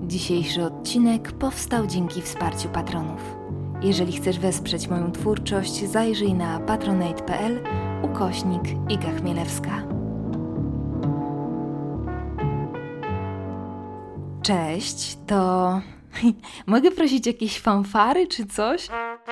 Dzisiejszy odcinek powstał dzięki wsparciu patronów. Jeżeli chcesz wesprzeć moją twórczość, zajrzyj na patronite.pl/Iga Chmielewska. Cześć, to... Mogę prosić jakieś fanfary czy coś?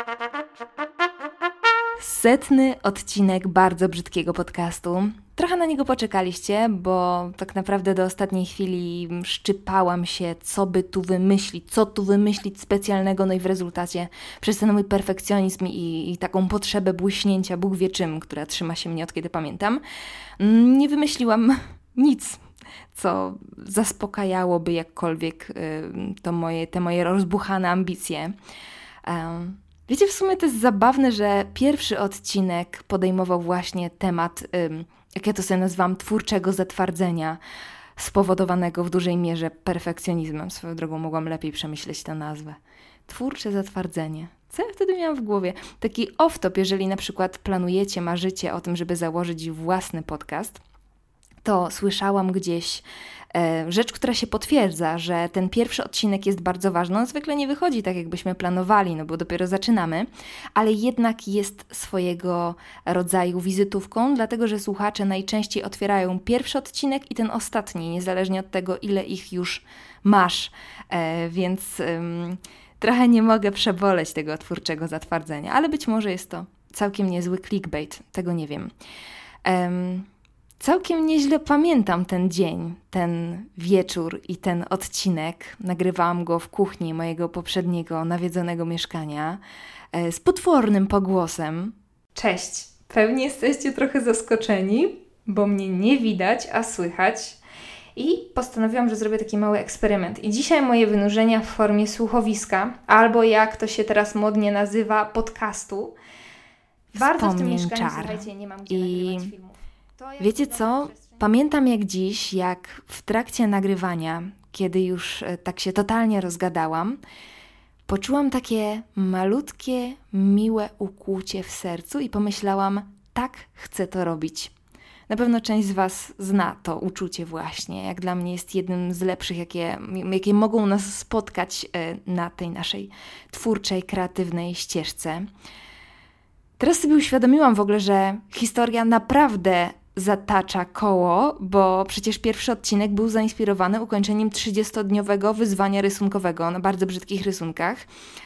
100. odcinek bardzo brzydkiego podcastu. Trochę na niego poczekaliście, bo tak naprawdę do ostatniej chwili szczypałam się, co by tu wymyślić specjalnego, no i w rezultacie przez ten mój perfekcjonizm i taką potrzebę błyśnięcia Bóg wie czym, która trzyma się mnie od kiedy pamiętam, nie wymyśliłam nic, co zaspokajałoby jakkolwiek te moje rozbuchane ambicje. Wiecie, w sumie to jest zabawne, że pierwszy odcinek podejmował właśnie temat, jak ja to sobie nazwałam, twórczego zatwardzenia, spowodowanego w dużej mierze perfekcjonizmem. Swoją drogą mogłam lepiej przemyśleć tę nazwę. Twórcze zatwardzenie. Co ja wtedy miałam w głowie? Taki off-top, jeżeli na przykład planujecie, marzycie o tym, żeby założyć własny podcast, to słyszałam gdzieś rzecz, która się potwierdza, że ten pierwszy odcinek jest bardzo ważny. On zwykle nie wychodzi tak, jakbyśmy planowali, no bo dopiero zaczynamy, ale jednak jest swojego rodzaju wizytówką, dlatego że słuchacze najczęściej otwierają pierwszy odcinek i ten ostatni, niezależnie od tego, ile ich już masz. Więc trochę nie mogę przeboleć tego twórczego zatwardzenia, ale być może jest to całkiem niezły clickbait, tego nie wiem. Całkiem nieźle pamiętam ten dzień, ten wieczór i ten odcinek. Nagrywałam go w kuchni mojego poprzedniego nawiedzonego mieszkania z potwornym pogłosem. Cześć, pewnie jesteście trochę zaskoczeni, bo mnie nie widać, a słychać. I postanowiłam, że zrobię taki mały eksperyment. I dzisiaj moje wynurzenia w formie słuchowiska, albo jak to się teraz modnie nazywa, podcastu. Bardzo w tym mieszkaniu, słuchajcie, nie mam gdzie nagrywać filmów. Wiecie co? Pamiętam jak dziś, jak w trakcie nagrywania, kiedy już tak się totalnie rozgadałam, poczułam takie malutkie, miłe ukłucie w sercu i pomyślałam, tak chcę to robić. Na pewno część z Was zna to uczucie właśnie, jak dla mnie jest jednym z lepszych, jakie mogą nas spotkać na tej naszej twórczej, kreatywnej ścieżce. Teraz sobie uświadomiłam w ogóle, że historia naprawdę zatacza koło, bo przecież pierwszy odcinek był zainspirowany ukończeniem 30-dniowego wyzwania rysunkowego na bardzo brzydkich rysunkach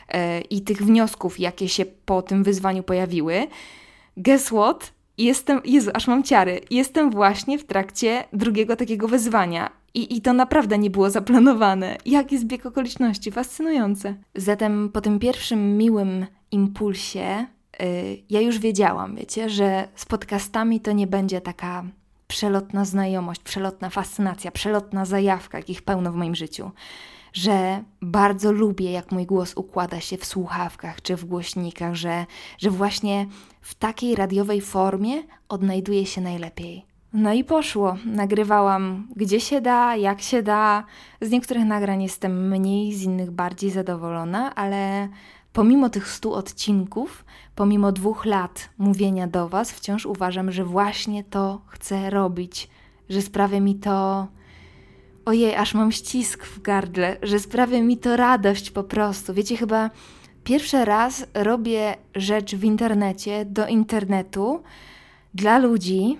i tych wniosków, jakie się po tym wyzwaniu pojawiły. Guess what? Jezu, aż mam ciary. Jestem właśnie w trakcie drugiego takiego wyzwania. I to naprawdę nie było zaplanowane. Jaki jest bieg okoliczności? Fascynujące. Zatem po tym pierwszym miłym impulsie ja już wiedziałam, wiecie, że z podcastami to nie będzie taka przelotna znajomość, przelotna fascynacja, przelotna zajawka, jakich pełno w moim życiu. Że bardzo lubię, jak mój głos układa się w słuchawkach czy w głośnikach, że właśnie w takiej radiowej formie odnajduję się najlepiej. No i poszło. Nagrywałam gdzie się da, jak się da. Z niektórych nagrań jestem mniej, z innych bardziej zadowolona, ale pomimo tych 100 odcinków, pomimo 2 lat mówienia do Was, wciąż uważam, że właśnie to chcę robić, że sprawia mi to... Ojej, aż mam ścisk w gardle, że sprawia mi to radość po prostu. Wiecie, chyba pierwszy raz robię rzecz w internecie, do internetu, dla ludzi.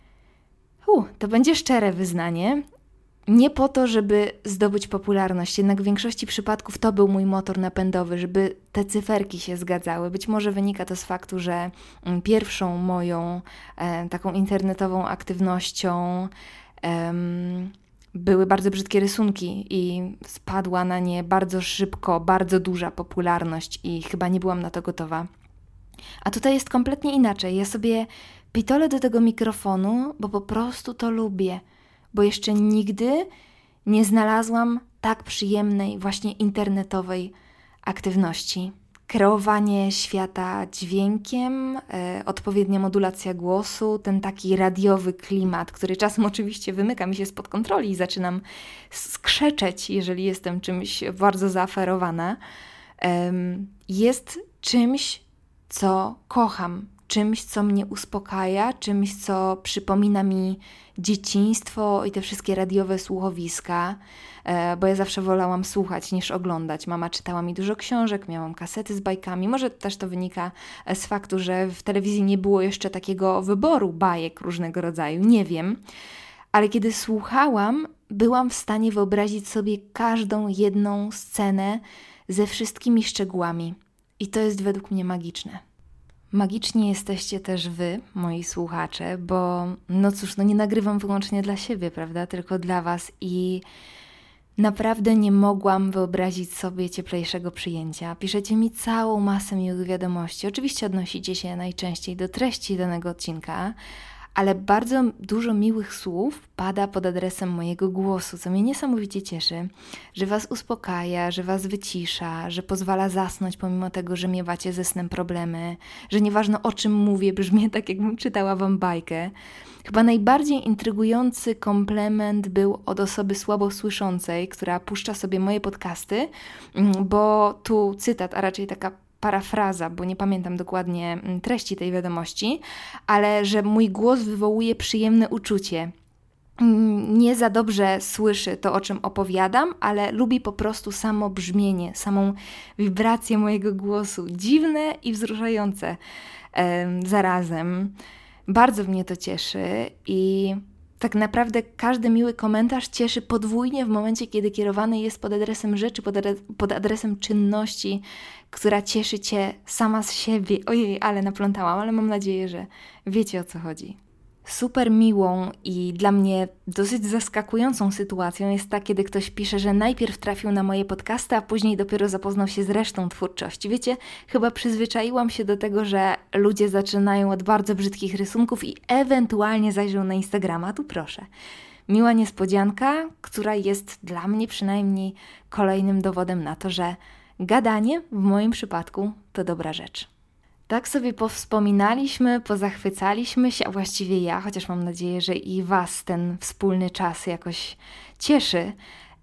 To będzie szczere wyznanie. Nie po to, żeby zdobyć popularność, jednak w większości przypadków to był mój motor napędowy, żeby te cyferki się zgadzały. Być może wynika to z faktu, że pierwszą moją taką internetową aktywnością były bardzo brzydkie rysunki i spadła na nie bardzo szybko, bardzo duża popularność i chyba nie byłam na to gotowa. A tutaj jest kompletnie inaczej. Ja sobie pitolę do tego mikrofonu, bo po prostu to lubię. Bo jeszcze nigdy nie znalazłam tak przyjemnej właśnie internetowej aktywności. Kreowanie świata dźwiękiem, odpowiednia modulacja głosu, ten taki radiowy klimat, który czasem oczywiście wymyka mi się spod kontroli i zaczynam skrzeczeć, jeżeli jestem czymś bardzo zaaferowana, jest czymś, co kocham, czymś, co mnie uspokaja, czymś, co przypomina mi dzieciństwo i te wszystkie radiowe słuchowiska, bo ja zawsze wolałam słuchać niż oglądać. Mama czytała mi dużo książek, miałam kasety z bajkami. Może też to wynika z faktu, że w telewizji nie było jeszcze takiego wyboru bajek różnego rodzaju, nie wiem. Ale kiedy słuchałam, byłam w stanie wyobrazić sobie każdą jedną scenę ze wszystkimi szczegółami. I to jest według mnie magiczne. Magiczni jesteście też wy, moi słuchacze, bo nie nagrywam wyłącznie dla siebie, prawda? Tylko dla was i naprawdę nie mogłam wyobrazić sobie cieplejszego przyjęcia. Piszecie mi całą masę miłych wiadomości. Oczywiście odnosicie się najczęściej do treści danego odcinka, ale bardzo dużo miłych słów pada pod adresem mojego głosu, co mnie niesamowicie cieszy, że was uspokaja, że was wycisza, że pozwala zasnąć pomimo tego, że miewacie ze snem problemy, że nieważne o czym mówię, brzmi tak jakbym czytała wam bajkę. Chyba najbardziej intrygujący komplement był od osoby słabo słyszącej, która puszcza sobie moje podcasty, bo tu cytat, a raczej taka parafraza, bo nie pamiętam dokładnie treści tej wiadomości, ale że mój głos wywołuje przyjemne uczucie. Nie za dobrze słyszy to, o czym opowiadam, ale lubi po prostu samo brzmienie, samą wibrację mojego głosu. Dziwne i wzruszające zarazem. Bardzo mnie to cieszy i tak naprawdę każdy miły komentarz cieszy podwójnie w momencie, kiedy kierowany jest pod adresem rzeczy, pod adresem czynności, która cieszy cię sama z siebie. Ojej, ale naplątałam, ale mam nadzieję, że wiecie, o co chodzi. Super miłą i dla mnie dosyć zaskakującą sytuacją jest ta, kiedy ktoś pisze, że najpierw trafił na moje podcasty, a później dopiero zapoznał się z resztą twórczości. Wiecie, chyba przyzwyczaiłam się do tego, że ludzie zaczynają od bardzo brzydkich rysunków i ewentualnie zajrzą na Instagrama. Tu proszę. Miła niespodzianka, która jest dla mnie przynajmniej kolejnym dowodem na to, że gadanie w moim przypadku to dobra rzecz. Tak sobie powspominaliśmy, pozachwycaliśmy się, a właściwie ja, chociaż mam nadzieję, że i was ten wspólny czas jakoś cieszy.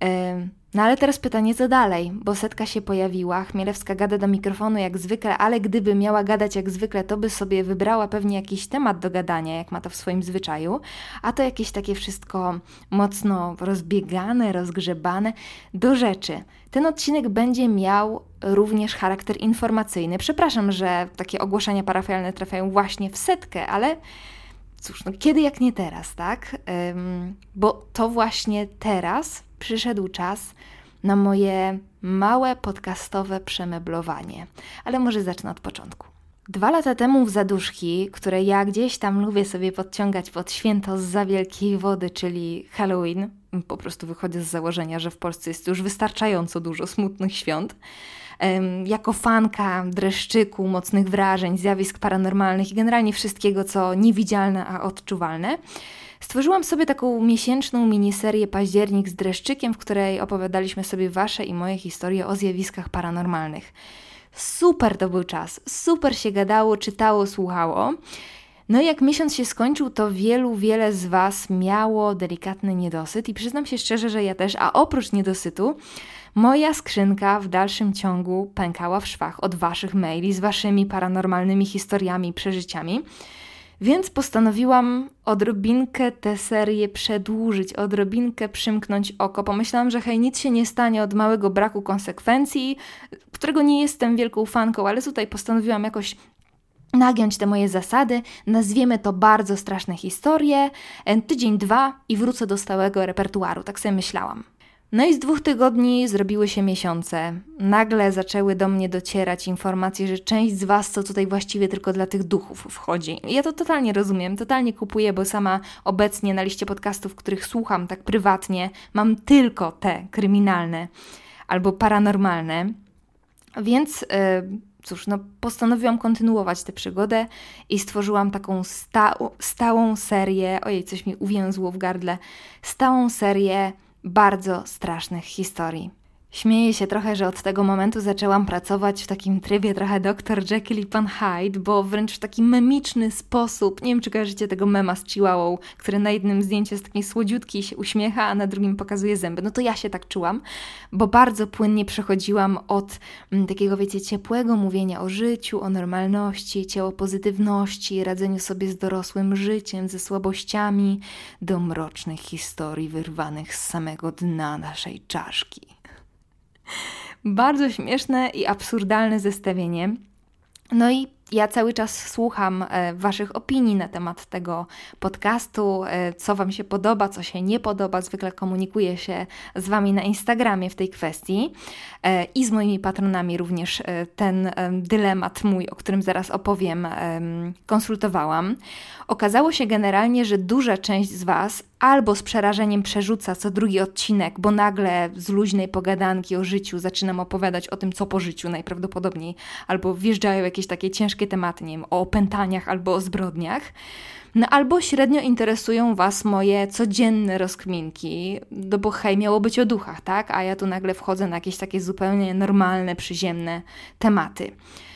No ale teraz pytanie, co dalej? Bo Setka się pojawiła, Chmielewska gada do mikrofonu jak zwykle, ale gdyby miała gadać jak zwykle, to by sobie wybrała pewnie jakiś temat do gadania, jak ma to w swoim zwyczaju, a to jakieś takie wszystko mocno rozbiegane, rozgrzebane. Do rzeczy. Ten odcinek będzie miał również charakter informacyjny. Przepraszam, że takie ogłoszenia parafialne trafiają właśnie w Setkę, ale cóż, kiedy jak nie teraz, tak? Bo to właśnie teraz przyszedł czas na moje małe podcastowe przemeblowanie. Ale może zacznę od początku. 2 lata temu w zaduszki, które ja gdzieś tam lubię sobie podciągać pod święto zza wielkiej wody, czyli Halloween, po prostu wychodzę z założenia, że w Polsce jest już wystarczająco dużo smutnych świąt, jako fanka dreszczyku, mocnych wrażeń, zjawisk paranormalnych i generalnie wszystkiego, co niewidzialne, a odczuwalne, stworzyłam sobie taką miesięczną miniserię Październik z dreszczykiem, w której opowiadaliśmy sobie wasze i moje historie o zjawiskach paranormalnych. Super to był czas, super się gadało, czytało, słuchało. No i jak miesiąc się skończył, to wiele z was miało delikatny niedosyt i przyznam się szczerze, że ja też, a oprócz niedosytu, moja skrzynka w dalszym ciągu pękała w szwach od waszych maili z waszymi paranormalnymi historiami i przeżyciami. Więc postanowiłam odrobinkę tę serię przedłużyć, odrobinkę przymknąć oko. Pomyślałam, że hej, nic się nie stanie od małego braku konsekwencji, którego nie jestem wielką fanką, ale tutaj postanowiłam jakoś nagiąć te moje zasady, nazwiemy to bardzo straszne historie, tydzień, 2 i wrócę do stałego repertuaru, tak sobie myślałam. No i z 2 tygodni zrobiły się miesiące. Nagle zaczęły do mnie docierać informacje, że część z was to tutaj właściwie tylko dla tych duchów wchodzi. Ja to totalnie rozumiem, totalnie kupuję, bo sama obecnie na liście podcastów, których słucham tak prywatnie, mam tylko te kryminalne albo paranormalne. Więc postanowiłam kontynuować tę przygodę i stworzyłam taką stałą serię, ojej, coś mi uwięzło w gardle, stałą serię bardzo strasznych historii. Śmieję się trochę, że od tego momentu zaczęłam pracować w takim trybie trochę Dr. Jekyll i Pan Hyde, bo wręcz w taki memiczny sposób, nie wiem czy kojarzycie tego mema z Chihuahuą, który na jednym zdjęciu jest taki słodziutki i się uśmiecha, a na drugim pokazuje zęby. No to ja się tak czułam, bo bardzo płynnie przechodziłam od takiego, wiecie, ciepłego mówienia o życiu, o normalności, ciało pozytywności, radzeniu sobie z dorosłym życiem, ze słabościami, do mrocznych historii wyrwanych z samego dna naszej czaszki. Bardzo śmieszne i absurdalne zestawienie. No i ja cały czas słucham Waszych opinii na temat tego podcastu, co Wam się podoba, co się nie podoba. Zwykle komunikuję się z Wami na Instagramie w tej kwestii i z moimi patronami również ten dylemat mój, o którym zaraz opowiem, konsultowałam. Okazało się generalnie, że duża część z Was albo z przerażeniem przerzuca co drugi odcinek, bo nagle z luźnej pogadanki o życiu zaczynam opowiadać o tym, co po życiu najprawdopodobniej, albo wjeżdżają jakieś takie ciężkie tematy, nie wiem, o opętaniach albo o zbrodniach. No albo średnio interesują Was moje codzienne rozkminki, no bo hej, miało być o duchach, tak? A ja tu nagle wchodzę na jakieś takie zupełnie normalne, przyziemne tematy.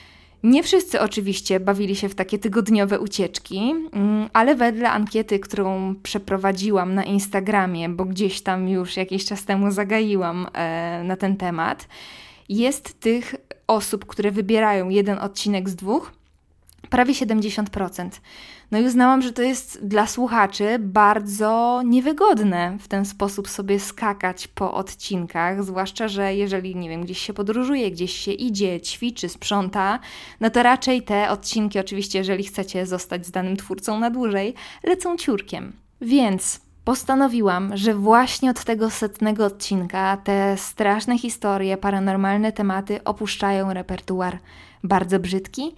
Nie wszyscy oczywiście bawili się w takie tygodniowe ucieczki, ale wedle ankiety, którą przeprowadziłam na Instagramie, bo gdzieś tam już jakiś czas temu zagaiłam na ten temat, jest tych osób, które wybierają jeden odcinek z 2, prawie 70%. No i uznałam, że to jest dla słuchaczy bardzo niewygodne w ten sposób sobie skakać po odcinkach, zwłaszcza, że jeżeli, nie wiem, gdzieś się podróżuje, gdzieś się idzie, ćwiczy, sprząta, no to raczej te odcinki, oczywiście, jeżeli chcecie zostać z danym twórcą na dłużej, lecą ciurkiem. Więc postanowiłam, że właśnie od tego 100 odcinka te straszne historie, paranormalne tematy opuszczają repertuar bardzo brzydki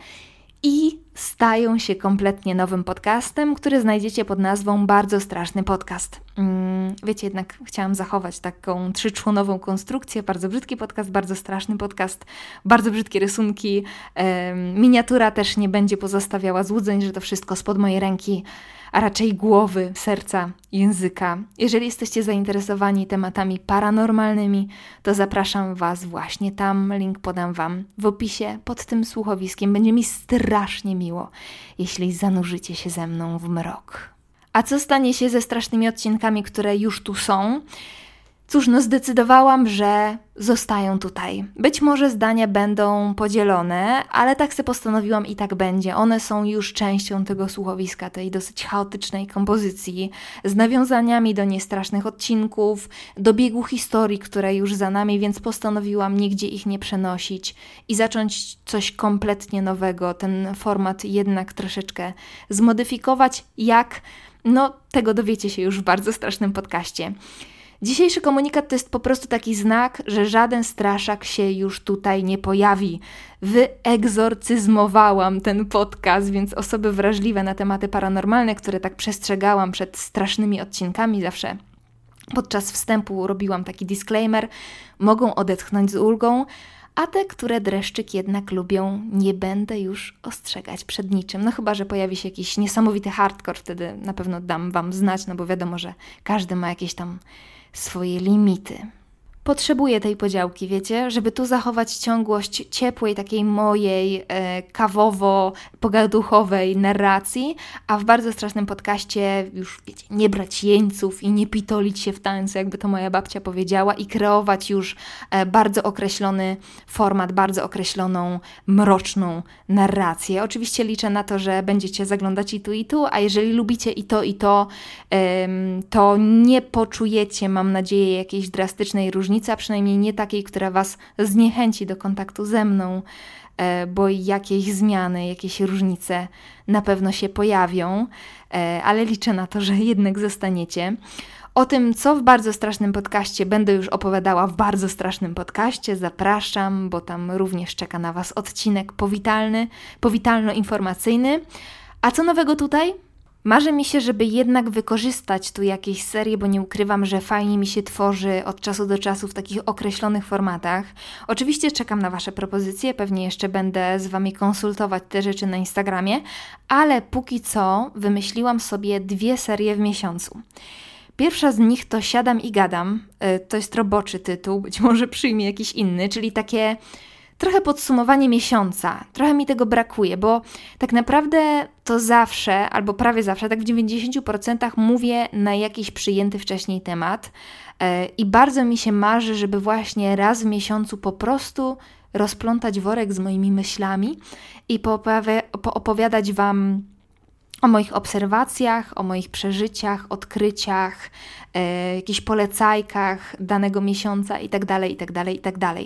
i stają się kompletnie nowym podcastem, który znajdziecie pod nazwą Bardzo Straszny Podcast. Wiecie, jednak chciałam zachować taką 3-członową konstrukcję. Bardzo brzydki podcast, bardzo straszny podcast, bardzo brzydkie rysunki. Miniatura też nie będzie pozostawiała złudzeń, że to wszystko spod mojej ręki, a raczej głowy, serca, języka. Jeżeli jesteście zainteresowani tematami paranormalnymi, to zapraszam Was właśnie tam. Link podam Wam w opisie pod tym słuchowiskiem. Będzie mi strasznie miło, jeśli zanurzycie się ze mną w mrok. A co stanie się ze strasznymi odcinkami, które już tu są? Cóż, no zdecydowałam, że zostają tutaj. Być może zdania będą podzielone, ale tak sobie postanowiłam i tak będzie. One są już częścią tego słuchowiska, tej dosyć chaotycznej kompozycji, z nawiązaniami do niestrasznych odcinków, do biegu historii, które już za nami, więc postanowiłam nigdzie ich nie przenosić i zacząć coś kompletnie nowego, ten format jednak troszeczkę zmodyfikować. Jak? No, tego dowiecie się już w bardzo strasznym podcaście. Dzisiejszy komunikat to jest po prostu taki znak, że żaden straszak się już tutaj nie pojawi. Wyegzorcyzmowałam ten podcast, więc osoby wrażliwe na tematy paranormalne, które tak przestrzegałam przed strasznymi odcinkami zawsze podczas wstępu robiłam taki disclaimer, mogą odetchnąć z ulgą, a te, które dreszczyk jednak lubią, nie będę już ostrzegać przed niczym. No chyba, że pojawi się jakiś niesamowity hardcore, wtedy na pewno dam Wam znać, no bo wiadomo, że każdy ma jakieś tam swoje limity. Potrzebuję tej podziałki, wiecie, żeby tu zachować ciągłość ciepłej, takiej mojej kawowo-pogaduchowej narracji, a w bardzo strasznym podcaście już, wiecie, nie brać jeńców i nie pitolić się w tańcu, jakby to moja babcia powiedziała, i kreować już bardzo określony format, bardzo określoną, mroczną narrację. Oczywiście liczę na to, że będziecie zaglądać i tu, a jeżeli lubicie to nie poczujecie, mam nadzieję, jakiejś drastycznej różnicy, a przynajmniej nie takiej, która Was zniechęci do kontaktu ze mną, bo jakieś zmiany, jakieś różnice na pewno się pojawią, ale liczę na to, że jednak zostaniecie. O tym, co w bardzo strasznym podcaście, będę już opowiadała w bardzo strasznym podcaście. Zapraszam, bo tam również czeka na Was odcinek powitalno-informacyjny. A co nowego tutaj? Marzy mi się, żeby jednak wykorzystać tu jakieś serie, bo nie ukrywam, że fajnie mi się tworzy od czasu do czasu w takich określonych formatach. Oczywiście czekam na Wasze propozycje, pewnie jeszcze będę z Wami konsultować te rzeczy na Instagramie, ale póki co wymyśliłam sobie 2 serie w miesiącu. Pierwsza z nich to Siadam i gadam. To jest roboczy tytuł, być może przyjmie jakiś inny, czyli takie trochę podsumowanie miesiąca. Trochę mi tego brakuje, bo tak naprawdę to zawsze, albo prawie zawsze, tak w 90% mówię na jakiś przyjęty wcześniej temat i bardzo mi się marzy, żeby właśnie raz w miesiącu po prostu rozplątać worek z moimi myślami i poopowiadać Wam o moich obserwacjach, o moich przeżyciach, odkryciach, jakichś polecajkach danego miesiąca itd., itd., itd.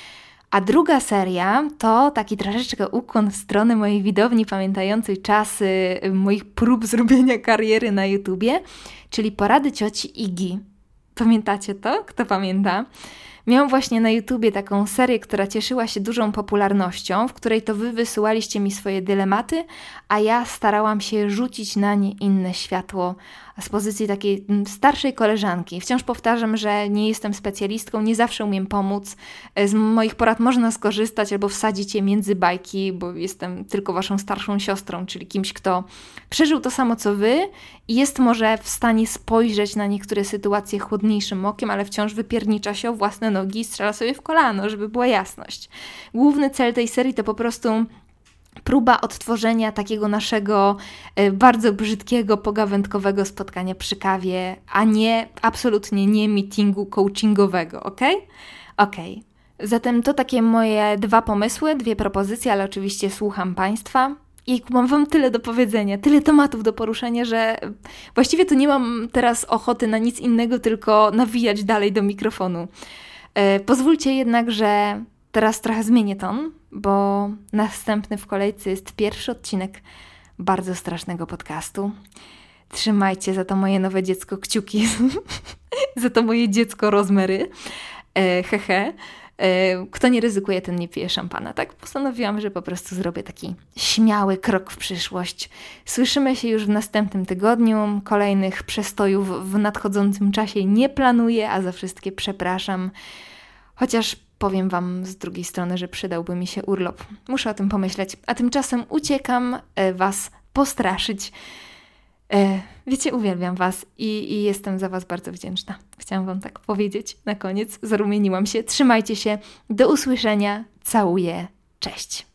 A druga seria to taki troszeczkę ukłon w stronę mojej widowni pamiętającej czasy moich prób zrobienia kariery na YouTubie, czyli porady cioci Igi. Pamiętacie to? Kto pamięta? Miałam właśnie na YouTubie taką serię, która cieszyła się dużą popularnością, w której to Wy wysyłaliście mi swoje dylematy, a ja starałam się rzucić na nie inne światło z pozycji takiej starszej koleżanki. Wciąż powtarzam, że nie jestem specjalistką, nie zawsze umiem pomóc. Z moich porad można skorzystać albo wsadzić je między bajki, bo jestem tylko Waszą starszą siostrą, czyli kimś, kto przeżył to samo co Wy i jest może w stanie spojrzeć na niektóre sytuacje chłodniejszym okiem, ale wciąż wypiernicza się o własne nogi i strzela sobie w kolano, żeby była jasność. Główny cel tej serii to po prostu próba odtworzenia takiego naszego bardzo brzydkiego, pogawędkowego spotkania przy kawie, a nie, absolutnie nie meetingu coachingowego, ok? Okej. Zatem to takie moje 2 pomysły, 2 propozycje, ale oczywiście słucham Państwa. I mam Wam tyle do powiedzenia, tyle tematów do poruszenia, że właściwie to nie mam teraz ochoty na nic innego, tylko nawijać dalej do mikrofonu. Pozwólcie jednak, że teraz trochę zmienię ton, bo następny w kolejce jest pierwszy odcinek bardzo strasznego podcastu. Trzymajcie za to moje nowe dziecko kciuki, za to moje dziecko Rozmery. Kto nie ryzykuje, ten nie pije szampana, tak? Postanowiłam, że po prostu zrobię taki śmiały krok w przyszłość. Słyszymy się już w następnym tygodniu. Kolejnych przestojów w nadchodzącym czasie nie planuję, a za wszystkie przepraszam. Chociaż powiem Wam z drugiej strony, że przydałby mi się urlop. Muszę o tym pomyśleć. A tymczasem uciekam Was postraszyć. Wiecie, uwielbiam Was i jestem za Was bardzo wdzięczna. Chciałam Wam tak powiedzieć na koniec. Zarumieniłam się. Trzymajcie się. Do usłyszenia. Całuję. Cześć.